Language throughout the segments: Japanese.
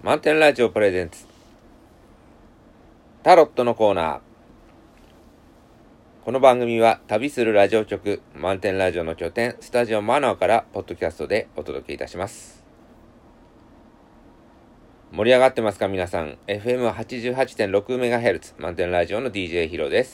満点ラジオプレゼンツタロットのコーナー。この番組は旅するラジオ局満点ラジオの拠点スタジオマナーからポッドキャストでお届けいたします。盛り上がってますか皆さん。 FM88.6MHz 満点ラジオの DJ ヒロです。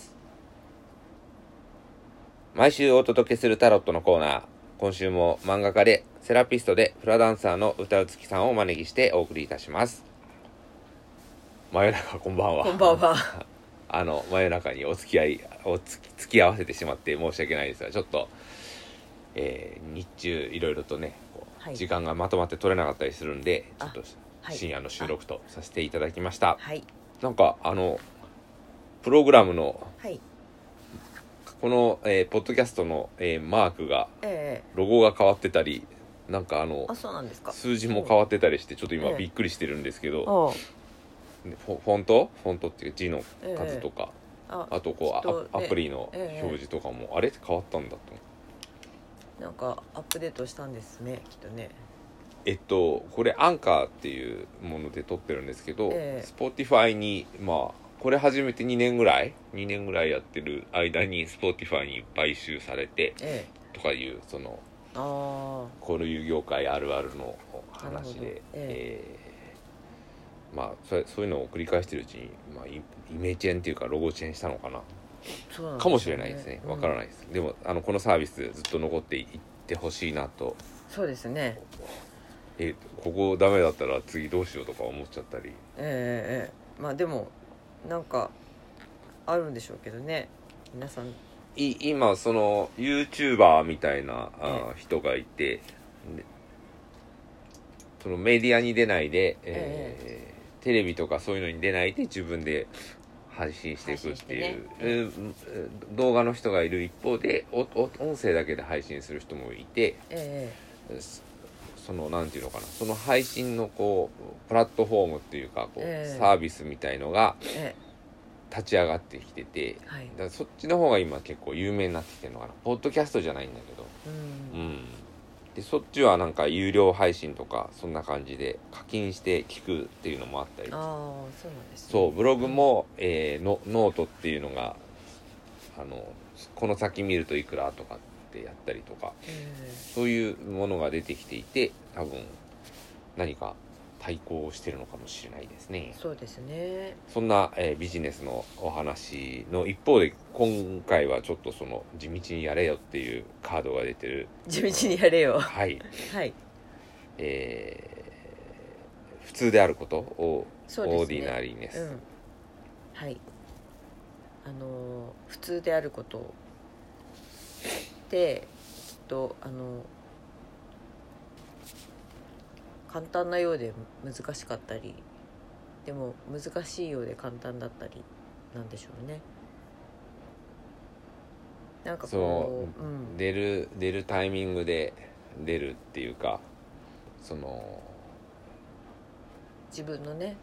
毎週お届けするタロットのコーナー、今週も漫画家でセラピストでフラダンサーの歌うつきさんをお招きしてお送りいたします。真夜中こんばんは。 こんばんは。 真夜中に付き合わせてしまって申し訳ないですが、ちょっと、日中いろいろとねはい、 時間がまとまって取れなかったりするんで、ちょっと深夜の収録とさせていただきました。 はい、 なんかプログラムのはい、 この、ポッドキャストの、マークがえロゴが変わってたり、なんかそうなんですか。 数字も変わってたりして、ちょっと今びっくりしてるんですけど、フォントっていう字の数とか、あとこうアプリの表示とかも、あれ変わったんだと。 なんかアップデートしたんですね、きっとね。 これアンカーっていうもので撮ってるんですけど、Spotify にこれ始めて2年ぐらいやってる間に Spotify に買収されて、とかいうそのこういう業界あるあるの話で、そういうのを繰り返してるうちに、イメチェンっていうかロゴチェンしたのかな、 そうなんですね、 かもしれないですね。わからないです、でもこのサービスずっと残っていってほしいなと。 そうですね。 ここダメだったら次どうしようとか思っちゃったり、 でもなんかあるんでしょうけどね、皆さん。 今その YouTuber みたいな人がいて、そのメディアに出ないで、テレビとかそういうのに出ないで自分で配信していくっていう、動画の人がいる一方で音声だけで配信する人もいて、そのなんていうのかな、その配信のこうプラットフォームっていうかこう、サービスみたいのが立ち上がってきてて、だからそっちの方が今結構有名になってきてるのかな。ポッドキャストじゃないんだけど、でそっちはなんか有料配信とかそんな感じで課金して聞くっていうのもあったり、 そうなんですね。 そうブログも、ノートっていうのがこの先見るといくらとかってやったりとか、そういうものが出てきていて、多分何か対抗してるのかもしれないですね。 そうですね。 そんな、ビジネスのお話の一方で、今回はちょっとその地道にやれよっていうカードが出てる。 地道にやれよ。 はいはい。 普通であることを、 そうですね、 オーディナリーネス、 はい。普通であることできっと簡単なようで難しかったり、でも難しいようで簡単だったりなんでしょうね。なんかこう、 出るタイミングで出るっていうか、その自分のね、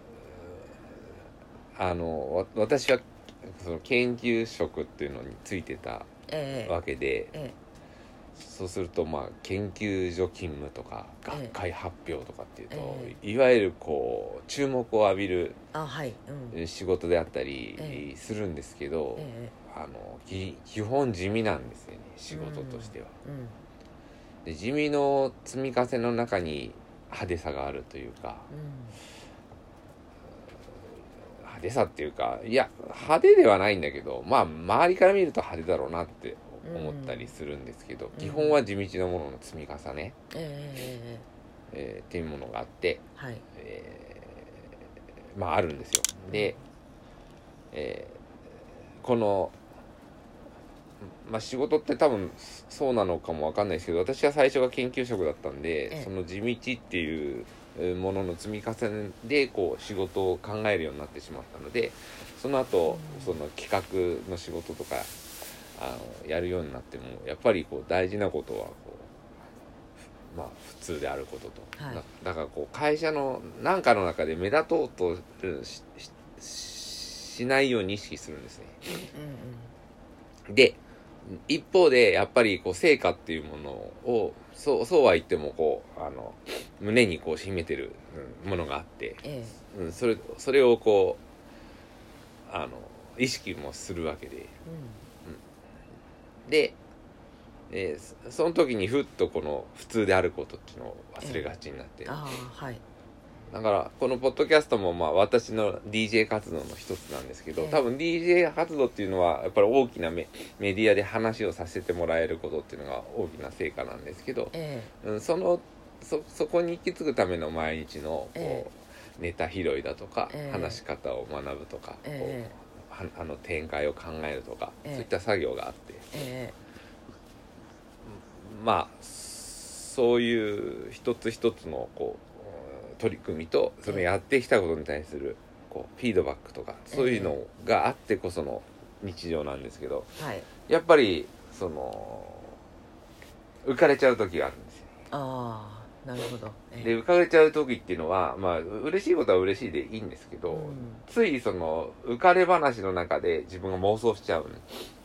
私はその研究職っていうのについてたわけで、そうすると研究所勤務とか学会発表とかっていうと、いわゆるこう注目を浴びる仕事であったりするんですけど、基本地味なんですよね、仕事としては。で地味の積み重ねの中に派手さがあるというか、派手さっていうか、いや派手ではないんだけど、周りから見ると派手だろうなって思ったりするんですけど、基本は地道なものの積み重ね、っていうものがあって、あるんですよ。で、この仕事って多分そうなのかもわかんないですけど、私は最初が研究職だったんで、その地道っていうものの積み重ねでこう仕事を考えるようになってしまったので、その後その企画の仕事とかやるようになっても、やっぱりこう大事なことはこう普通であることと、だからこう会社の何かの中で目立とうと しないように意識するんですね。で一方でやっぱりこう成果っていうものをそうは言ってもこう胸にこう秘めてるものがあって、それをこう意識もするわけで、で、その時にふっとこの普通であることっていうのを忘れがちになって、だからこのポッドキャストもまあ私の DJ 活動の一つなんですけど、多分 DJ 活動っていうのはやっぱり大きなメディアで話をさせてもらえることっていうのが大きな成果なんですけど、そこに行き着くための毎日のこう、ネタ拾いだとか、話し方を学ぶとか、展開を考えるとか、そういった作業があって、まあそういう一つ一つのこう取り組みとそのやってきたことに対するこうフィードバックとかそういうのがあってこその日常なんですけど、やっぱりその浮かれちゃう時があるんですよ。 なるほど。 で浮かれちゃう時っていうのはまあ嬉しいことは嬉しいでいいんですけど、ついその浮かれ話の中で自分が妄想しちゃうね。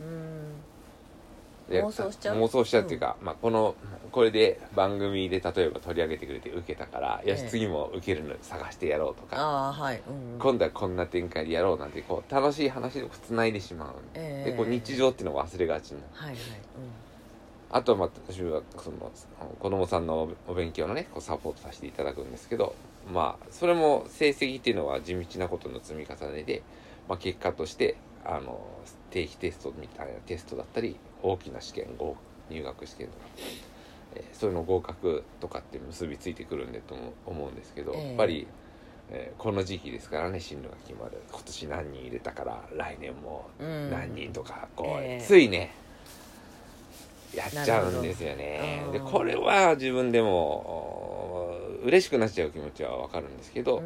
妄想しちゃうっていうか、まあこれで番組で例えば取り上げてくれて受けたから、よし次も受けるの探してやろうとか、今度はこんな展開でやろうなんてこう楽しい話をつないでしまう、でこう日常っていうのを忘れがちになる、あとはまあ私はその子供さんのお勉強のねこうサポートさせていただくんですけど、まあそれも成績っていうのは地道なことの積み重ねで、まあ、結果として定期テストみたいなテストだったり大きな試験入学試験とか、そういうの合格とかって結びついてくるんでと思うんですけど、やっぱり、この時期ですからね進路が決まる、今年何人入れたから来年も何人とかこう、ついねやっちゃうんですよね。でこれは自分でも嬉しくなっちゃう気持ちは分かるんですけど、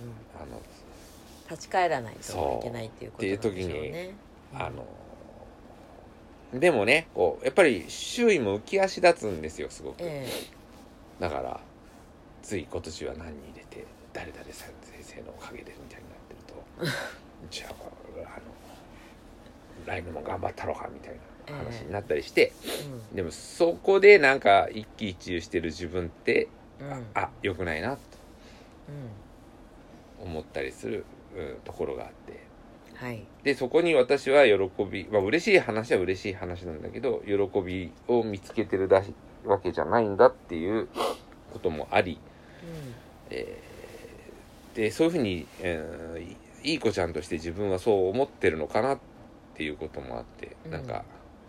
立ち返らないといけないっていうことなんでしょうね。っていう時にでもねこうやっぱり周囲も浮き足立つんですよすごく、だからつい今年は何人入れて誰々先生のおかげでみたいになってるとじゃあ来年も頑張ったろかみたいな話になったりして、でもそこでなんか一喜一憂してる自分って、良くないなと思ったりする、ところがあって、でそこに私は喜び、まあ嬉しい話は嬉しい話なんだけど喜びを見つけてるわけじゃないんだっていうこともあり、でそういうふうに、いい子ちゃんとして自分はそう思ってるのかなっていうこともあって、なんか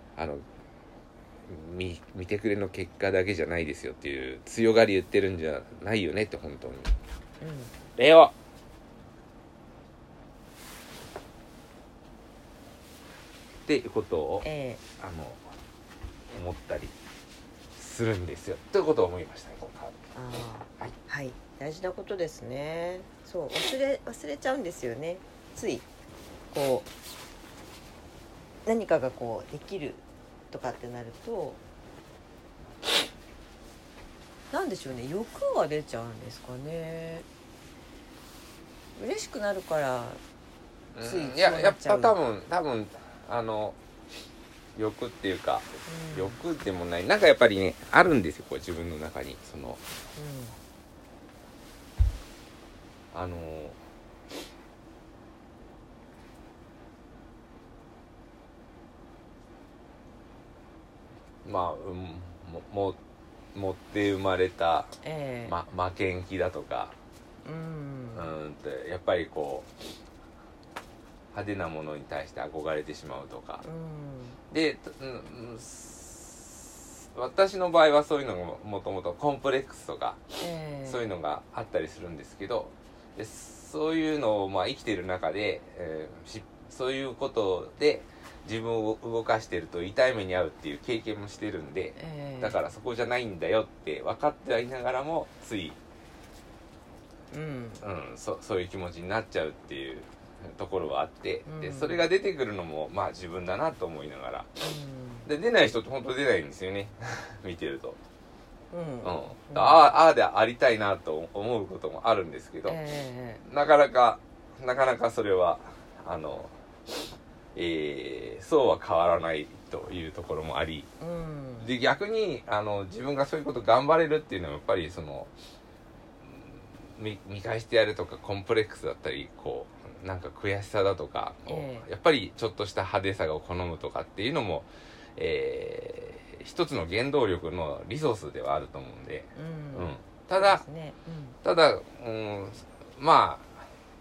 見てくれの結果だけじゃないですよっていう強がり言ってるんじゃないよねって本当に、レオっていうことを、思ったりするんですよということを思いましたね。 大事なことですね。そう忘れちゃうんですよね。ついこう何かがこうできるとかってなるとなんでしょうね、欲が出ちゃうんですかね。嬉しくなるからついそうなっちゃう。 やっぱ多分欲っていうか、欲でもないなんかやっぱりねあるんですよこれ自分の中にその、まあ、持って生まれた、負けん気だとか、ってやっぱりこう派手なものに対して憧れてしまうとか、で、私の場合はそういうのがもともとコンプレックスとか、そういうのがあったりするんですけど、でそういうのをまあ生きている中で、そういうことで自分を動かしていると痛い目に遭うっていう経験もしてるんで、だからそこじゃないんだよって分かってはいながらもつい、そういう気持ちになっちゃうっていうところはあって、でそれが出てくるのもまあ自分だなと思いながら、で出ない人って本当出ないんですよね見てると、ああでありたいなと思うこともあるんですけど、なかなかそれはそうは変わらないというところもあり、で逆に自分がそういうこと頑張れるっていうのはやっぱりその見返してやるとかコンプレックスだったりこうなんか悔しさだとか、やっぱりちょっとした派手さを好むとかっていうのも、一つの原動力のリソースではあると思うんで、ただ、まあ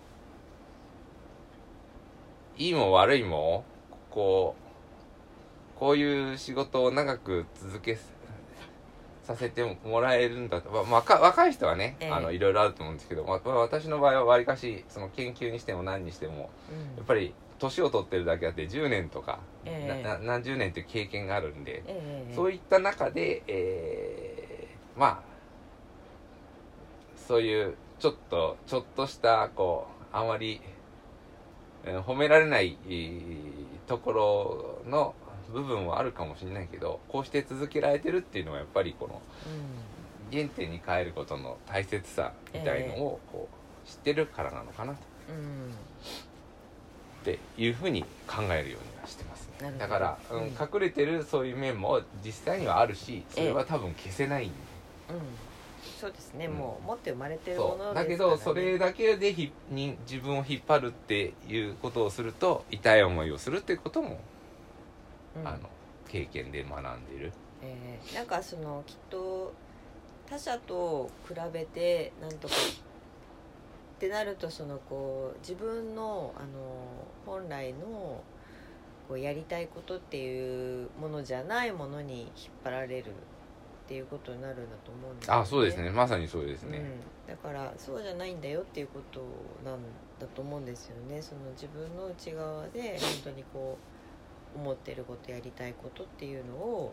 いいも悪いもこういう仕事を長く続けさせてもらえるんだと、若い人はね、いろいろあると思うんですけど、私の場合はわりかしその研究にしても何にしても、やっぱり年を取ってるだけあって10年とか、何十年という経験があるんで、そういった中で、まあそういうちょっとしたこうあまり褒められないところの部分はあるかもしれないけど、こうして続けられてるっていうのはやっぱりこの原点に変えることの大切さみたいのをこう知ってるからなのかなっていうふうに考えるようにはしてますね。だから、隠れてるそういう面も実際にはあるし、それは多分消せないんで、 そうですね、もう持って生まれてるものですからね。 だけどそれだけで自分を引っ張るっていうことをすると痛い思いをするっていうことも、経験で学んでいる、 なんかそのきっと他者と比べてなんとかってなると、そのこう自分の本来のこうやりたいことっていうものじゃないものに引っ張られるっていうことになるんだと思うんですよね。 そうですね、まさにそうですね、 だからそうじゃないんだよっていうことなんだと思うんですよね。その自分の内側で本当にこう思ってること、やりたいことっていうのを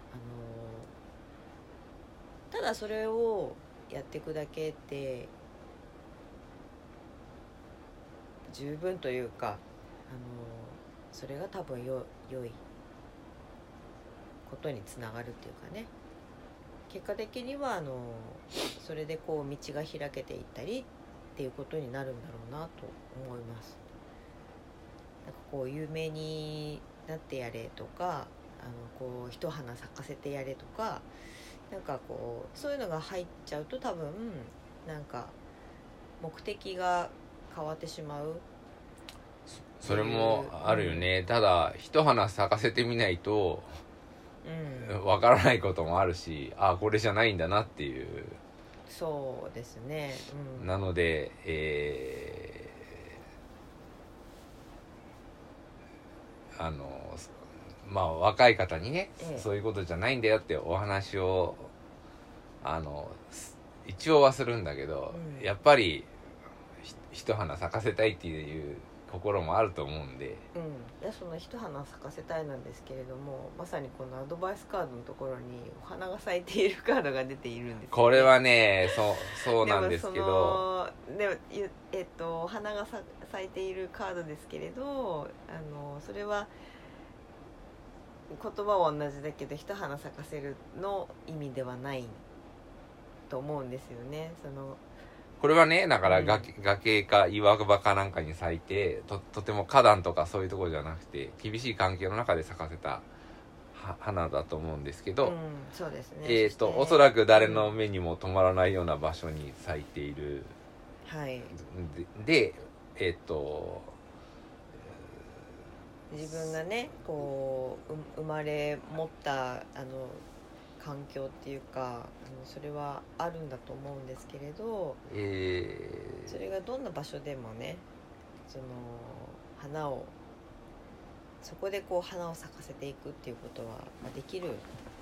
ただそれをやっていくだけで十分というか、それが多分良いことにつながるっていうかね、結果的にはそれでこう道が開けていったりっていうことになるんだろうなと思います。なんかこう有名になってやれとか、こう一花咲かせてやれとか、なんかこうそういうのが入っちゃうと多分なんか目的が変わってしまう。 それもあるよね、ただ一花咲かせてみないとわからないこともあるし、これじゃないんだなっていう。 そうですね、 なので、若い方にね、そういうことじゃないんだよってお話を一応はするんだけど、やっぱり一花咲かせたいっていう心もあると思うんで、 いやその一花咲かせたいなんですけれども、まさにこのアドバイスカードのところにお花が咲いているカードが出ているんです、ね、 これはねそうなんですけど、 お花が咲いているカードですけれど、それは言葉は同じだけど一花咲かせるの意味ではないと思うんですよね。 これはね、だから崖か岩場かなんかに咲いて とても花壇とかそういうところじゃなくて厳しい環境の中で咲かせた花だと思うんですけど、 そうですね、 おそらく誰の目にも止まらないような場所に咲いている、で自分がねこう生まれ持った環境っていうかそれはあるんだと思うんですけれど、それがどんな場所でもね、その花をそこでこう花を咲かせていくっていうことはできる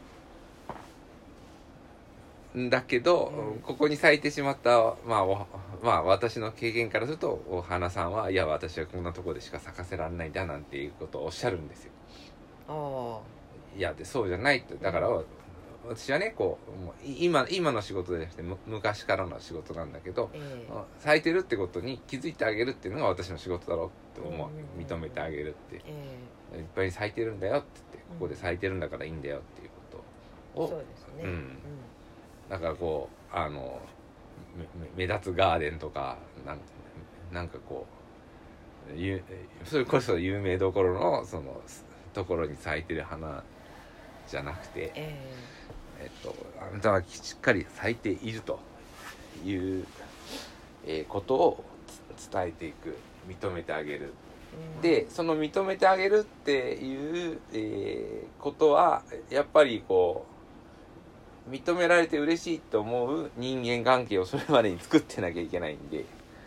んだけど、ここに咲いてしまった私の経験からするとお花さんはいや私はこんなところでしか咲かせられないんだなんていうことをおっしゃるんですよ。いやでそうじゃないって。だから、私はねこう今の仕事じゃなくて昔からの仕事なんだけど、咲いてるってことに気づいてあげるっていうのが私の仕事だろうって認めてあげるって、いっぱい咲いてるんだよって言って、ここで咲いてるんだからいいんだよっていうことを、 そうですね、 だからこう目立つガーデンとかなんかこそれこそ有名どころのそのところに咲いてる花じゃなくて、あなたはしっかり咲いているという、ことを伝えていく、認めてあげる。でその認めてあげるっていう、ことはやっぱりこう認められて嬉しいと思う人間関係をそれまでに作ってなきゃいけないんで、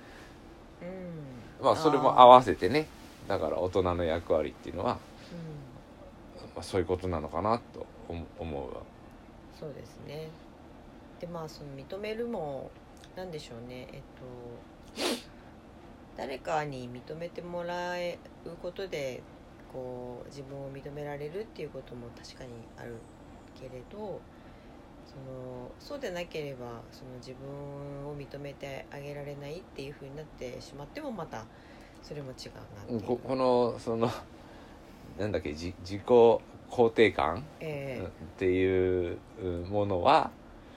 まあそれも合わせてね、だから大人の役割っていうのは、まあ、そういうことなのかなと思うわ。 そうですね。でまあその認めるもなんでしょうね、誰かに認めてもらうことでこう自分を認められるっていうことも確かにあるけれど、そうでなければその自分を認めてあげられないっていう風になってしまってもまたそれも違うなっていう。 このそのなんだっけ、自己肯定感、っていうものは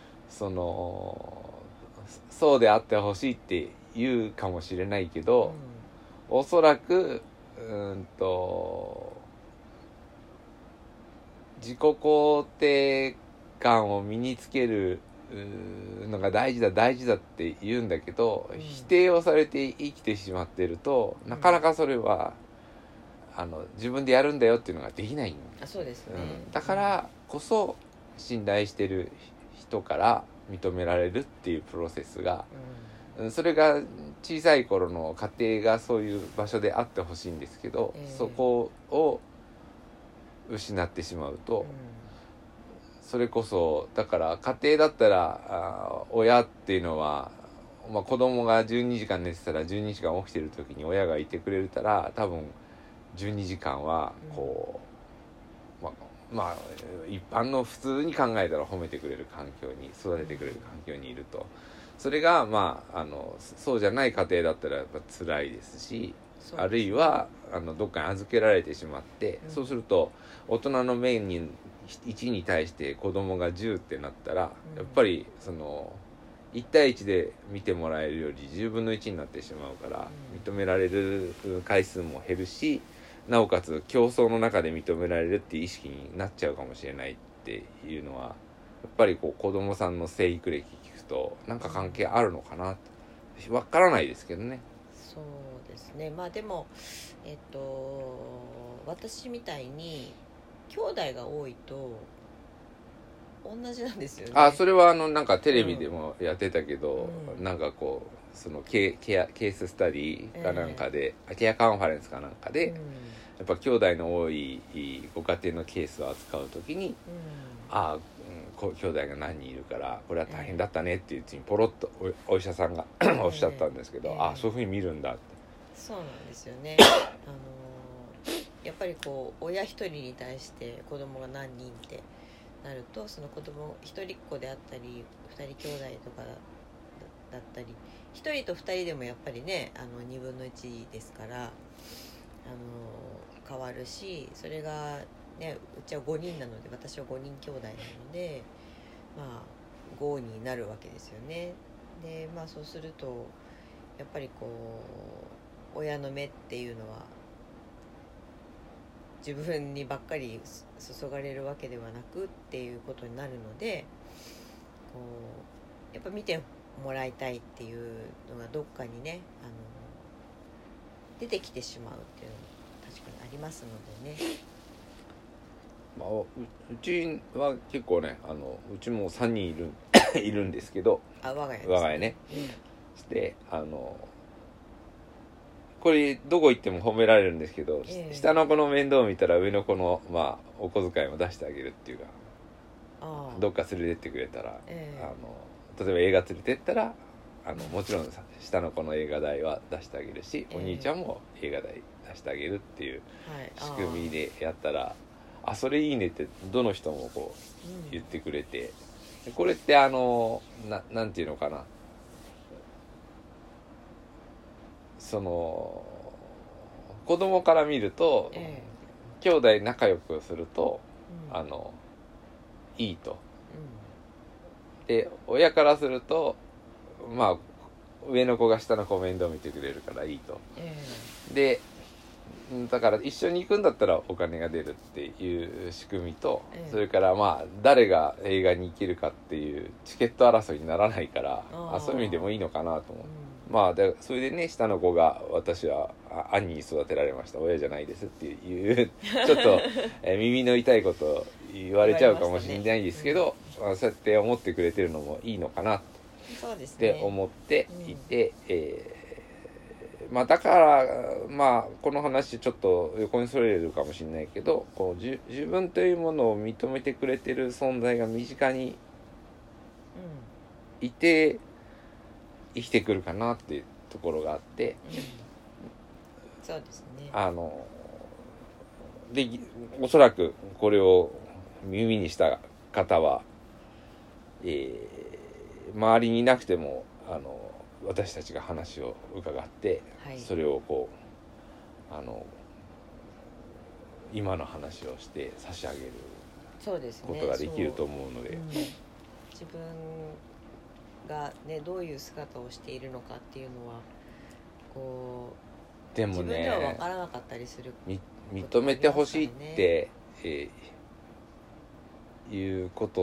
そうであってほしいって言うかもしれないけど、おそらく自己肯定感を身につけるのが大事だって言うんだけど、否定をされて生きてしまっていると、なかなかそれは自分でやるんだよっていうのができないんです。 そうですね。 だからこそ信頼してる人から認められるっていうプロセスが、それが小さい頃の家庭がそういう場所であってほしいんですけど、そこを失ってしまうと、それこそだから家庭だったら親っていうのは、まあ、子供が12時間寝てたら12時間起きてる時に親がいてくれたら多分12時間はこう、まあ一般の普通に考えたら褒めてくれる環境に育ててくれる環境にいると、それがまあそうじゃない家庭だったらやっぱ辛いですし、あるいはどっかに預けられてしまって、そうすると大人の面に1に対して子供が10ってなったら、やっぱり1対1で見てもらえるより10分の1になってしまうから、認められる回数も減るし、なおかつ競争の中で認められるっていう意識になっちゃうかもしれないっていうのは、やっぱりこう子供さんの生育歴聞くとなんか関係あるのかなってわからないですけどね。 そうですね。まあでも私みたいに兄弟が多いと同じなんですよね。 それはなんかテレビでもやってたけど、なんかこうそのケーススタディかなんかで、ケアカンファレンスかなんかで、やっぱ兄弟の多いご家庭のケースを扱うときに、兄弟が何人いるからこれは大変だったねっていううちにポロッと お医者さんがおっしゃったんですけど、そういうふうに見るんだって。 そうなんですよね。やっぱりこう親一人に対して子供が何人ってなると、その子供一人っ子であったり二人兄弟とかだったり、一人と二人でもやっぱりね2分の1ですから変わるし、それがね、うちは5人なので、私は5人兄弟なので、まあ5になるわけですよね。でまあそうするとやっぱりこう親の目っていうのは自分にばっかり注がれるわけではなくっていうことになるので、こうやっぱ見てもらいたいっていうのがどっかにね出てきてしまうっていうのも確かにありますのでね。 うちは結構ねうちも3人いるんですけど、 我が家ですね。 我が家ね、でこれどこ行っても褒められるんですけど、下の子の面倒を見たら上の子の、お小遣いも出してあげるっていうか、どっか連れてってくれたら、例えば映画連れてったらもちろん下の子の映画代は出してあげるし、お兄ちゃんも映画代出してあげるっていう仕組みでやったら、それいいねってどの人もこう言ってくれて、これってなんていうのかな、子供から見ると、兄弟仲良くすると、いいと、で親からすると上の子が下の子面倒見てくれるからいいと。でだから一緒に行くんだったらお金が出るっていう仕組みと、それからまあ誰が映画に行けるかっていうチケット争いにならないから、そういう意味でもいいのかなと思う。まあでそれでね、下の子が私は兄に育てられました、親じゃないですっていうちょっと、耳の痛いこと言われちゃうかもしれないですけど、まあ、そうやって思ってくれてるのもいいのかなって思っていて、まあ、だからまあこの話ちょっと横にそれるかもしれないけど、こう自分というものを認めてくれてる存在が身近にいて生きてくるかなっていうところがあって、 そうですね。 でおそらくこれを耳にした方は、周りにいなくても私たちが話を伺って、それをこう今の話をして差し上げることができると思うので、 自分がねどういう姿をしているのかっていうのはこうでもね、 自分では分からなかったりする、 認めてほしいって、いうことって、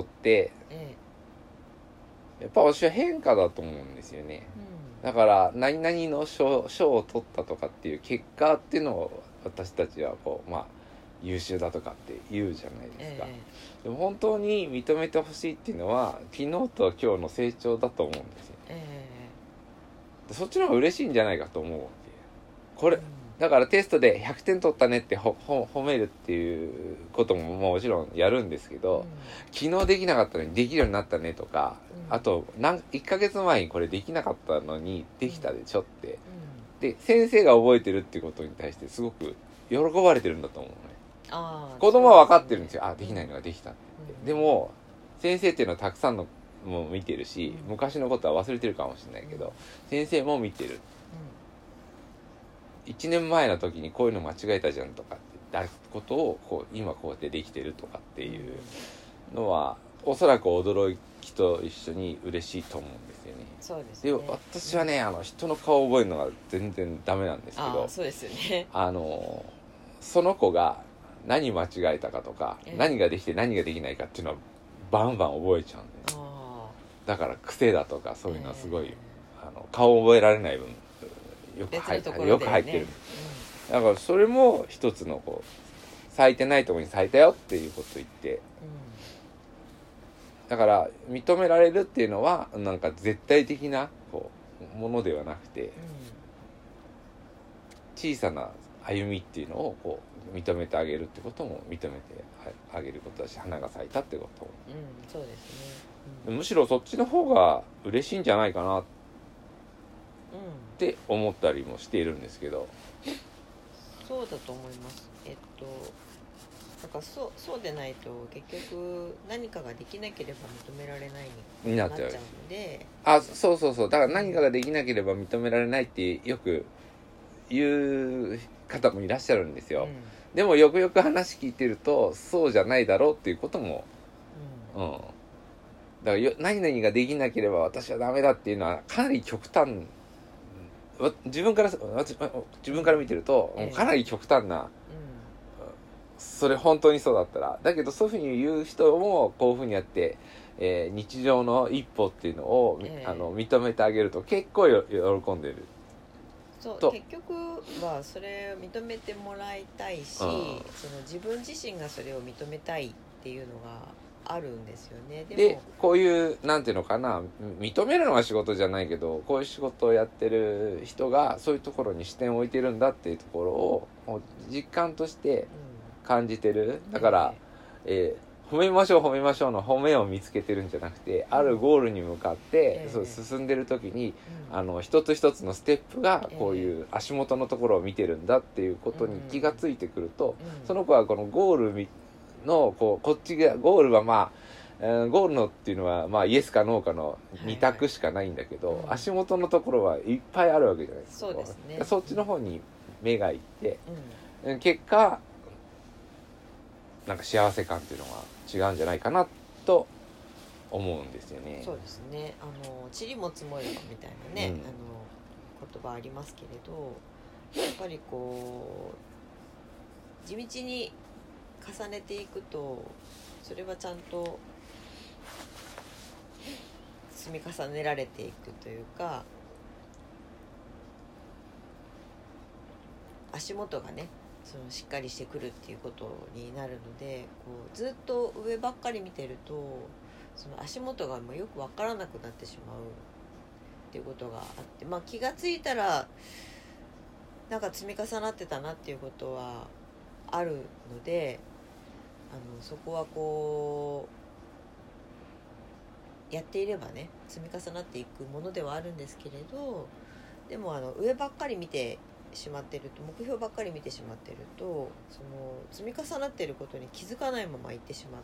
やっぱ私は変化だと思うんですよね。だから何々の賞を取ったとかっていう結果っていうのを私たちはこうまあ優秀だとかって言うじゃないですか。でも本当に認めてほしいっていうのは昨日と今日の成長だと思うんですよ。そっちの方が嬉しいんじゃないかと思うわけ。これだからテストで100点取ったねって褒めるっていうことももちろんやるんですけど、昨日できなかったのにできるようになったねとか、あと1ヶ月前にこれできなかったのにできたでしょって、で先生が覚えてるっていうことに対してすごく喜ばれてるんだと思うね。子供は分かってるんですよ。できないのができたって。でも先生っていうのはたくさんのも見てるし、昔のことは忘れてるかもしれないけど、先生も見てる。1年前の時にこういうの間違えたじゃんとかって言ったことを今こうやってできてるとかっていうのはおそらく驚きと一緒に嬉しいと思うんですよね。 そうですね。 で私はね人の顔を覚えるのが全然ダメなんですけど、 そうですよね。 その子が何間違えたかとか、何ができて何ができないかっていうのはバンバン覚えちゃうんで、だから癖だとかそういうのはすごい、顔を覚えられない分よく入ってる、だからそれも一つの咲いてないところに咲いたよっていうことを言って、だから認められるっていうのはなんか絶対的なものではなくて、小さな歩みっていうのを認めてあげるってことも認めてあげることだし、花が咲いたってことも、 そうですね、むしろそっちの方が嬉しいんじゃないかなって思ったりもしているんですけど、 そうだと思います。なんかそうでないと結局何かができなければ認められないになっちゃうので、 そうだから何かができなければ認められないってよく言う方もいらっしゃるんですよ、でもよくよく話聞いてるとそうじゃないだろうっていうことも、だから何々ができなければ私はダメだっていうのはかなり極端、自分から見てるとかなり極端な、それ本当にそうだったら、だけどそういうふうに言う人もこういうふうにやって、日常の一歩っていうのを、認めてあげると結構喜んでる。 結局はそれを認めてもらいたいし、その自分自身がそれを認めたいっていうのがあるんですよね。 でこういうなんていうのかな、認めるのが仕事じゃないけど、こういう仕事をやってる人がそういうところに視点を置いてるんだっていうところを実感として感じてる。だから、褒めましょうの褒めを見つけてるんじゃなくて、あるゴールに向かって、進んでる時に、一つ一つのステップがこういう足元のところを見てるんだっていうことに気がついてくると、その子はこのゴールのこっちがゴールはゴールのっていうのはイエスかノーかの2択しかないんだけど、足元のところはいっぱいあるわけじゃないですか。 そうですね。 そっちの方に目がいって、結果なんか幸せ感っていうのが違うんじゃないかなと思うんですよね。 そうですね。塵も積もればみたいなね、 うん、 言葉ありますけれど、やっぱりこう地道に重ねていくと、それはちゃんと積み重ねられていくというか、足元がねしっかりしてくるっていうことになるので、こうずっと上ばっかり見てるとその足元がもうよく分からなくなってしまうっていうことがあって、気がついたらなんか積み重なってたなっていうことはあるので、そこはこうやっていればね積み重なっていくものではあるんですけれど、でも上ばっかり見てしまってると、目標ばっかり見てしまってると、その積み重なっていることに気づかないままいってしまって、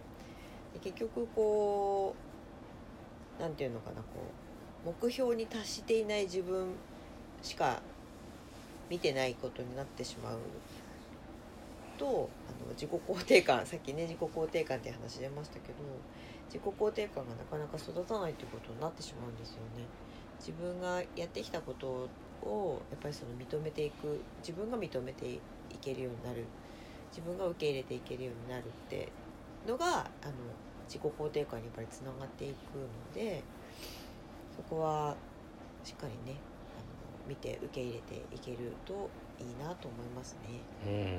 で結局こうなんていうのかな、こう目標に達していない自分しか見てないことになってしまうと、自己肯定感、さっきね自己肯定感って話出ましたけど、自己肯定感がなかなか育たないということになってしまうんですよね。自分がやってきたことをやっぱり認めていく、自分が認めていけるようになる、自分が受け入れていけるようになるってのが自己肯定感にやっぱりつながっていくので、そこはしっかりね見て受け入れていけるといいなと思いますね。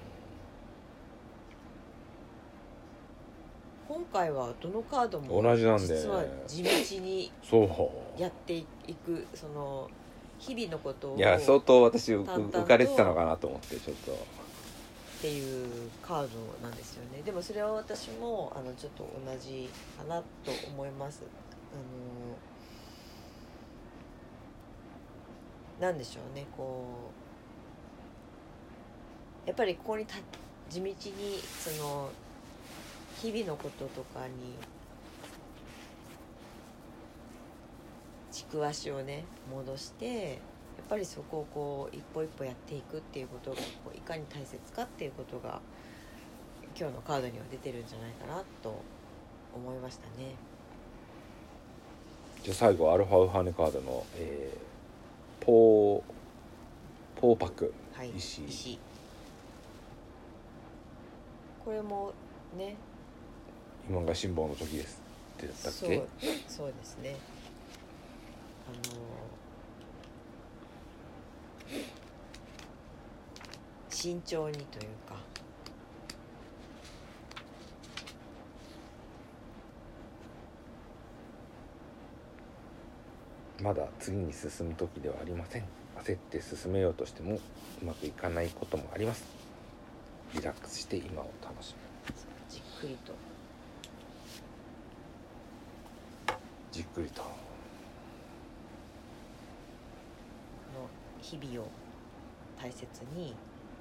今回はどのカードも同じなんで実は地道にやっていく、その日々のことを、 いや相当私淡々と浮かれてたのかなと思ってちょっとっていうカードなんですよね。でもそれは私もちょっと同じかなと思います。なんでしょうね、こうやっぱりここに地道に日々のこととかに軸足をね戻して、やっぱりそこをこう一歩一歩やっていくっていうことがこういかに大切かっていうことが今日のカードには出てるんじゃないかなと思いましたね。 じゃあ最後アルファウハネカードの、ポーパク、 はい、 石これもね今が辛抱の時ですって言ったっけ。 そうですね。慎重にというか、 まだ次に進む時ではありません。焦って進めようとしてもうまくいかないこともあります。リラックスして今を楽しむ。 じっくりとの日々を大切に、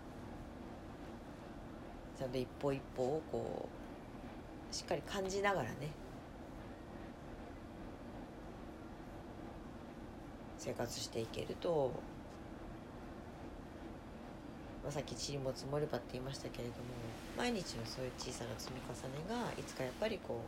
ちゃんと一歩一歩をこうしっかり感じながらね生活していけると、さっき塵も積もればって言いましたけれども、毎日のそういう小さな積み重ねがいつかやっぱりこ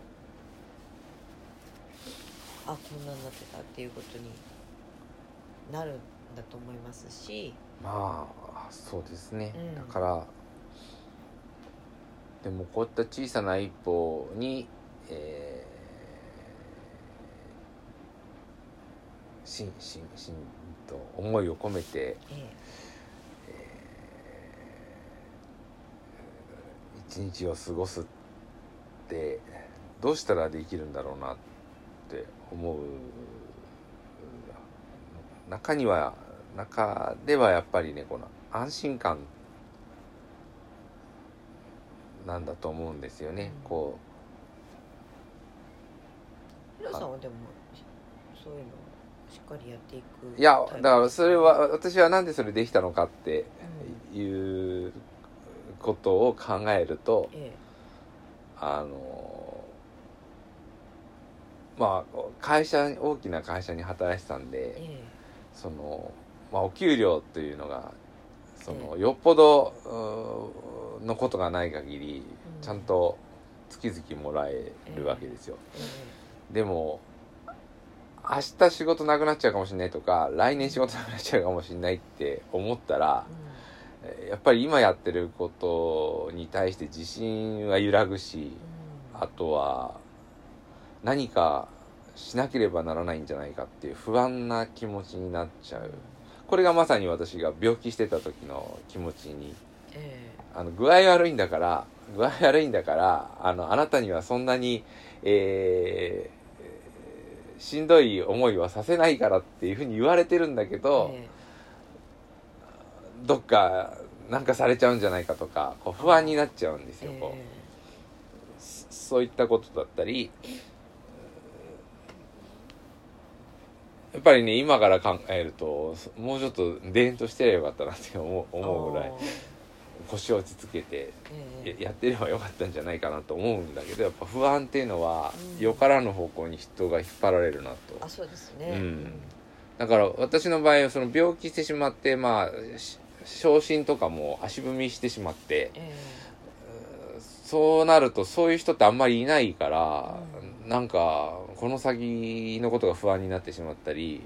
うこんなになってたっていうことになるんだと思いますし、 まあそうですね、 だからでもこういった小さな一歩に、しんと思いを込めて、一日を過ごすってどうしたらできるんだろうなって思う。中ではやっぱりね、この安心感なんだと思うんですよね。こう皆さんはでもそういうのをしっかりやっていく。 いやだからそれは私はなんでそれできたのかっていうことを考えると、まあ大きな会社に働いてたんで、お給料というのがよっぽどのことがない限りちゃんと月々もらえるわけですよ、でも明日仕事なくなっちゃうかもしれないとか来年仕事なくなっちゃうかもしれないって思ったら、やっぱり今やってることに対して自信は揺らぐし、あとは何かしなければならないんじゃないかっていう不安な気持ちになっちゃう。これがまさに私が病気してた時の気持ちに、具合悪いんだからあなたにはそんなに、しんどい思いはさせないからっていうふうに言われてるんだけど、どっかなんかされちゃうんじゃないかとかこう不安になっちゃうんですよ、こうそういったことだったり、やっぱりね今から考えるともうちょっとデーンとしてればよかったなって思うぐらい腰を落ち着けてやってればよかったんじゃないかなと思うんだけど、やっぱ不安っていうのはよからぬ方向に人が引っ張られるなと。 あ、そうですね、 だから私の場合はその病気してしまって、昇進とかも足踏みしてしまって、そうなるとそういう人ってあんまりいないから、なんかこの先のことが不安になってしまったり、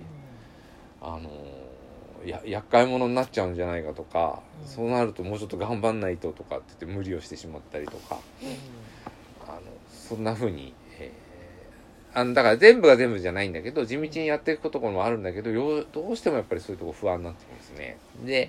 厄介者になっちゃうんじゃないかとか、そうなるともうちょっと頑張んないととかって言って無理をしてしまったりとか、そんな風に、だから全部が全部じゃないんだけど地道にやっていくこともあるんだけど、どうしてもやっぱりそういうとこ不安になってくるんですね。で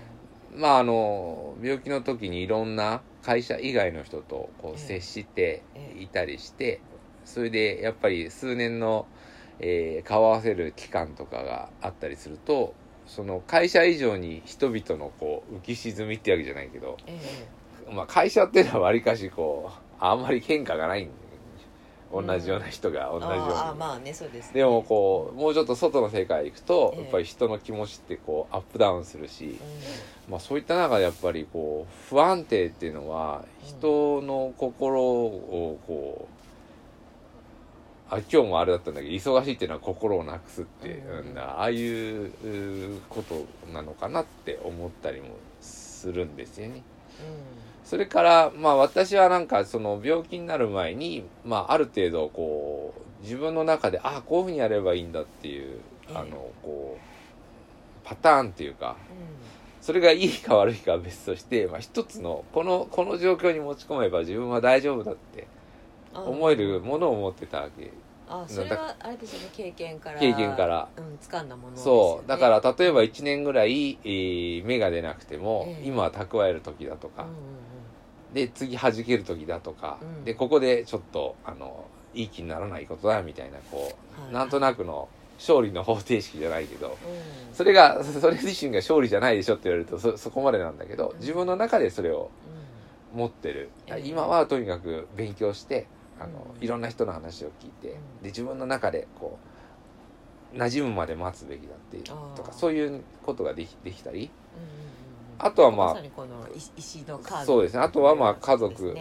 病気の時にいろんな会社以外の人とこう接していたりして、それでやっぱり数年の、顔を合わせる期間とかがあったりすると、その会社以上に人々のこう浮き沈みってわけじゃないけど、会社っていうのはわりかしこうあんまり変化がないんで、同じような人が同じように、 そうですね。 でもこうもうちょっと外の世界行くと、やっぱり人の気持ちってこうアップダウンするし、そういった中でやっぱりこう不安定っていうのは人の心をこう、今日もあれだったんだけど忙しいっていうのは心をなくすって、ああいうことなのかなって思ったりもするんですよね。それから私はなんかその病気になる前にある程度こう自分の中でこういうふうにやればいいんだっていうこうパターンっていうか、それがいいか悪いかは別として、一つのこの状況に持ち込めば自分は大丈夫だって思えるものを持ってたわけ。 それはあれですよね、経験から掴んだものですよね。 そうだから例えば1年ぐらい、芽が出なくても、今は蓄える時だとか、で次弾ける時だとか、でここでちょっといい気にならないことだみたいなこう、なんとなくの勝利の方程式じゃないけど、それ自身が勝利じゃないでしょって言われるとそこまでなんだけど、自分の中でそれを持ってる、今はとにかく勉強していろんな人の話を聞いて、で自分の中でこう馴染むまで待つべきだっていうとか、そういうことができたり、あとはまさにこの石のカード、 そうですね、あとは家族、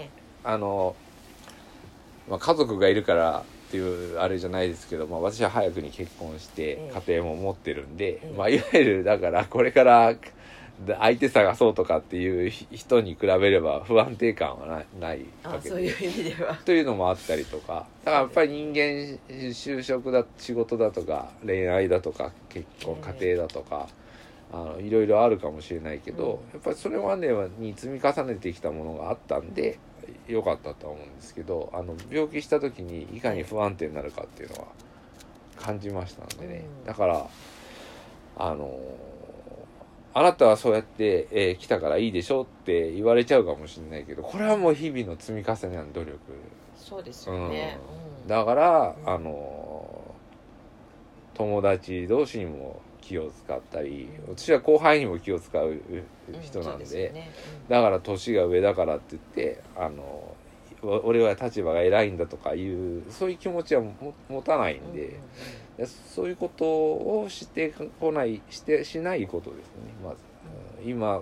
家族がいるからっていうあれじゃないですけど、私は早くに結婚して家庭も持ってるんで、いわゆるだからこれから相手探そうとかっていう人に比べれば不安定感はないわけで、 そういう意味ではというのもあったりとか、だからやっぱり人間就職仕事だとか恋愛だとか結婚家庭だとか、いろいろあるかもしれないけど、やっぱりそれまでに積み重ねてきたものがあったんで良かったとは思うんですけど、病気した時にいかに不安定になるかっていうのは感じましたんでね、だからあなたはそうやって、来たからいいでしょって言われちゃうかもしれないけど、これはもう日々の積み重ねの努力。 そうですよね、 だから、友達同士にも気を使ったり、私は後輩にも気を使う人なんで、だから年が上だからって言って俺は立場が偉いんだとかいうそういう気持ちは持たないんで、そういうことをしないことですよね。まず今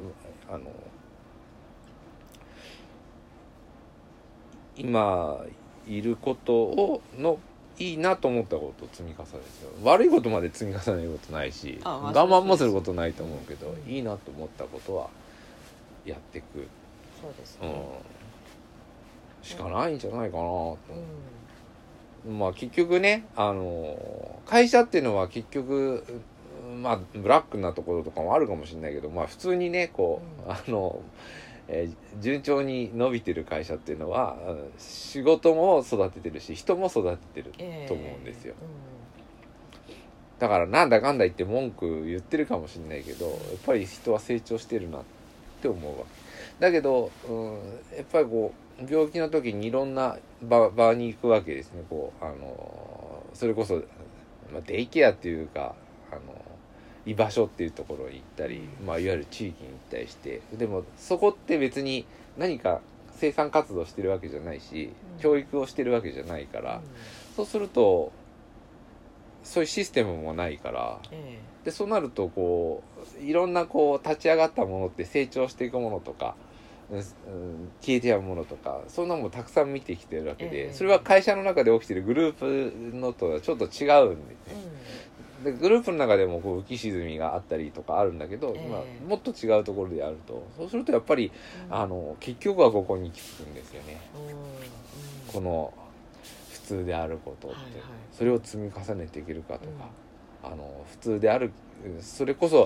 今いることのいいなと思ったことを積み重ねですよ。悪いことまで積み重ねることないし、我慢もすることないと思うけど、いいなと思ったことはやっていく。 そうですね、 しかないんじゃないかなと、 うんまあ結局ね会社っていうのは結局まあブラックなところとかもあるかもしれないけど、まあ普通にねこう、順調に伸びてる会社っていうのは仕事も育ててるし人も育ててると思うんですよ、だからなんだかんだ言って文句言ってるかもしれないけど、やっぱり人は成長してるなって思うわけだけど、やっぱりこう病気の時にいろんな場に行くわけですね。こうそれこそ、まあ、デイケアっていうか居場所っていうところに行ったり、まあ、いわゆる地域に行ったりして、でもそこって別に何か生産活動してるわけじゃないし、教育をしてるわけじゃないから、そうするとそういうシステムもないから、でそうなるとこういろんなこう立ち上がったものって成長していくものとか、消えてやるものとかそんなものもたくさん見てきてるわけで、それは会社の中で起きてるグループのとはちょっと違うんですね、でグループの中でもこう浮き沈みがあったりとかあるんだけど、まあ、もっと違うところであると、そうするとやっぱり、結局はここに行き着くんですよね、この普通であることって、それを積み重ねていけるかとか、普通であるそれこそ、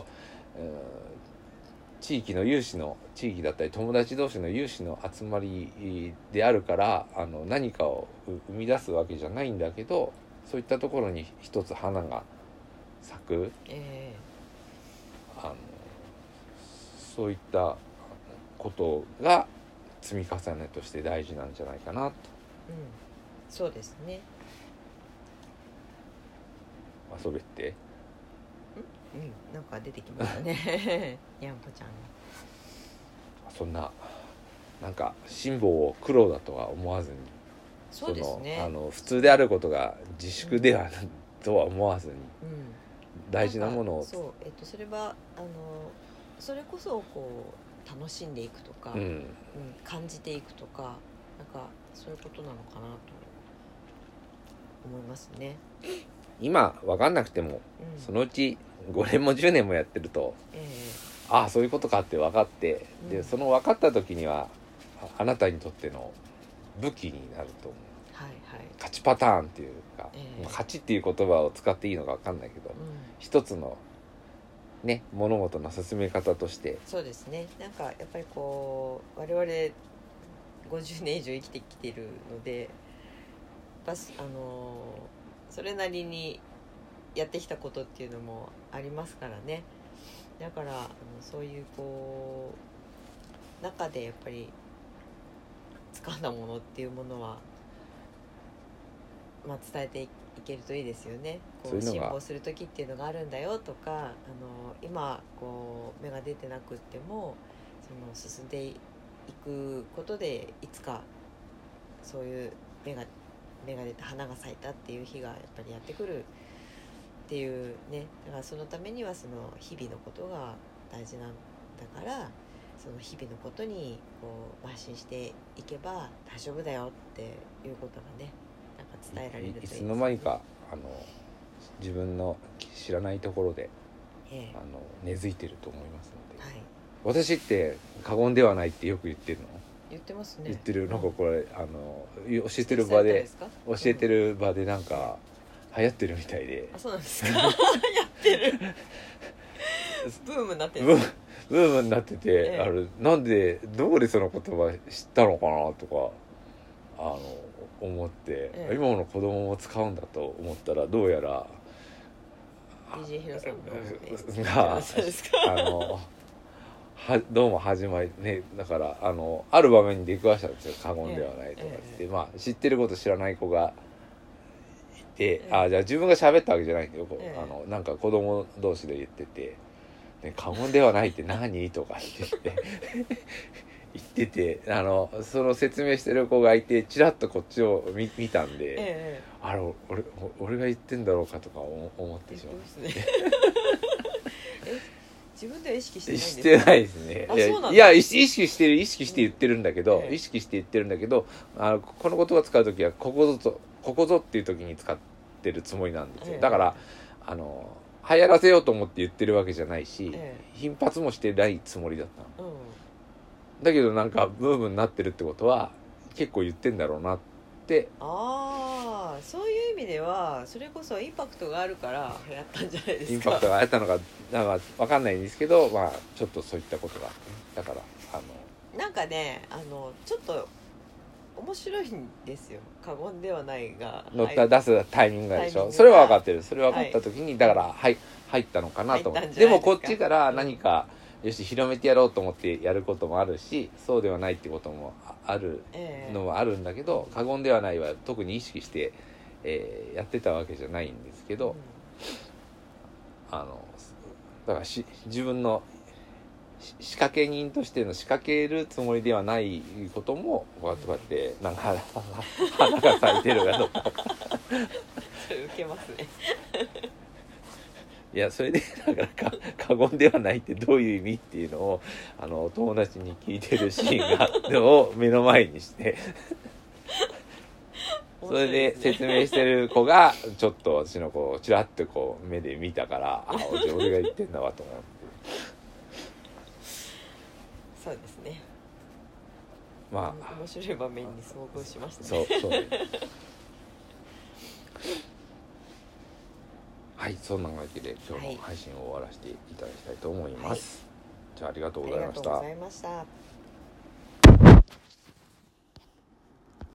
地域の有志の地域だったり友達同士の有志の集まりであるから何かを生み出すわけじゃないんだけど、そういったところに一つ花が咲く、そういったことが積み重ねとして大事なんじゃないかなと、 そうですね。 遊べってなんか出てきましたねにゃんこちゃんそんななんか辛抱を苦労だとは思わずに、 そうですね、 普通であることが自粛では、とは思わずに、大事なものをそう、それはそれこそこう楽しんでいくとか、感じていくとか、なんかそういうことなのかなと思いますね。 今分かんなくても、そのうち5年も10年もやってると、ああそういうことかって分かって、でその分かった時にはあなたにとっての武器になると思う、勝ちパターンっていうか、勝ちっていう言葉を使っていいのか分かんないけど、一つのね物事の進め方として。 そうですね。なんかやっぱりこう我々50年以上生きてきているので、それなりにやってきたことっていうのもありますからね。だからそういうこう中でやっぱり掴んだものっていうものは、まあ、伝えていけるといいですよね。こう進歩する時っていうのがあるんだよとか、今こう芽が出てなくっても進んでいくことでいつかそういう芽が出て花が咲いたっていう日がやっぱりやってくるっていうね。だからそのためにはその日々のことが大事なんだから、その日々のことにこう邁進していけば大丈夫だよっていうことがね、なんか伝えられるといいですね。 いつの間にか自分の知らないところで、根付いてると思いますので、私って過言ではないってよく言ってるの？ 言ってますね。 言ってる。なんかこれ教えてる場でなんか流行ってるみたいで。 あ、そうなんですかやってるブームになってる。 ブームになってて、なんでどこでその言葉知ったのかなとか思って、今の子供も使うんだと思ったら、どうやら DJ ヒロさんがどうも始まりね。だからある場面に出くわしたんですよ。過言ではないとかって、まあ知ってること知らない子がいて、じゃあ自分が喋ったわけじゃないけど、なんか子供同士で言ってて、ね、過言ではないって何とかって言ってて、その説明してる子がいて、チラッとこっちを見たんで、俺が言ってんだろうかとか思ってしまう。 自分では意識してないんですか？ してないですね。いや意識して言ってるんだけど、意識して言ってるんだけど、この言葉使う時はここぞっていう時に使ってるつもりなんですよ。だから流行らせようと思って言ってるわけじゃないし、頻発もしてないつもりだったの、だけどなんかブームになってるってことは結構言ってんだろうなって。 ああ、そういう意味ではそれこそインパクトがあるからやったんじゃないですか。 インパクトがあったのかなんか分かんないんですけど、まあちょっとそういったことがあって、ね、だからなんかねちょっと面白いんですよ。過言ではないが出すタイミングがでしょ。 タイミングがそれは分かってる。それ分かった時に、だから入ったのかなと思って。でもこっちから何かよし広めてやろうと思ってやることもあるし、そうではないってこともあるのはあるんだけど、過言ではないは特に意識して、やってたわけじゃないんですけど、だから自分の仕掛け人としての仕掛けるつもりではないこともこうやってなんか花が咲いてるかとかそれ受けますね。 いやそれでだから過言ではないってどういう意味っていうのを友達に聞いてるシーンがを目の前にしてそれで説明してる子がちょっと私のこうチラッとこう目で見たから俺が言ってんだわと思って。 そうですね。 まあ面白い場面に遭遇しましたね。 そうはい、そんなわけで今日の配信を終わらせていただきたいと思います、はい、じゃあありがとうございました。 ありがとうございました。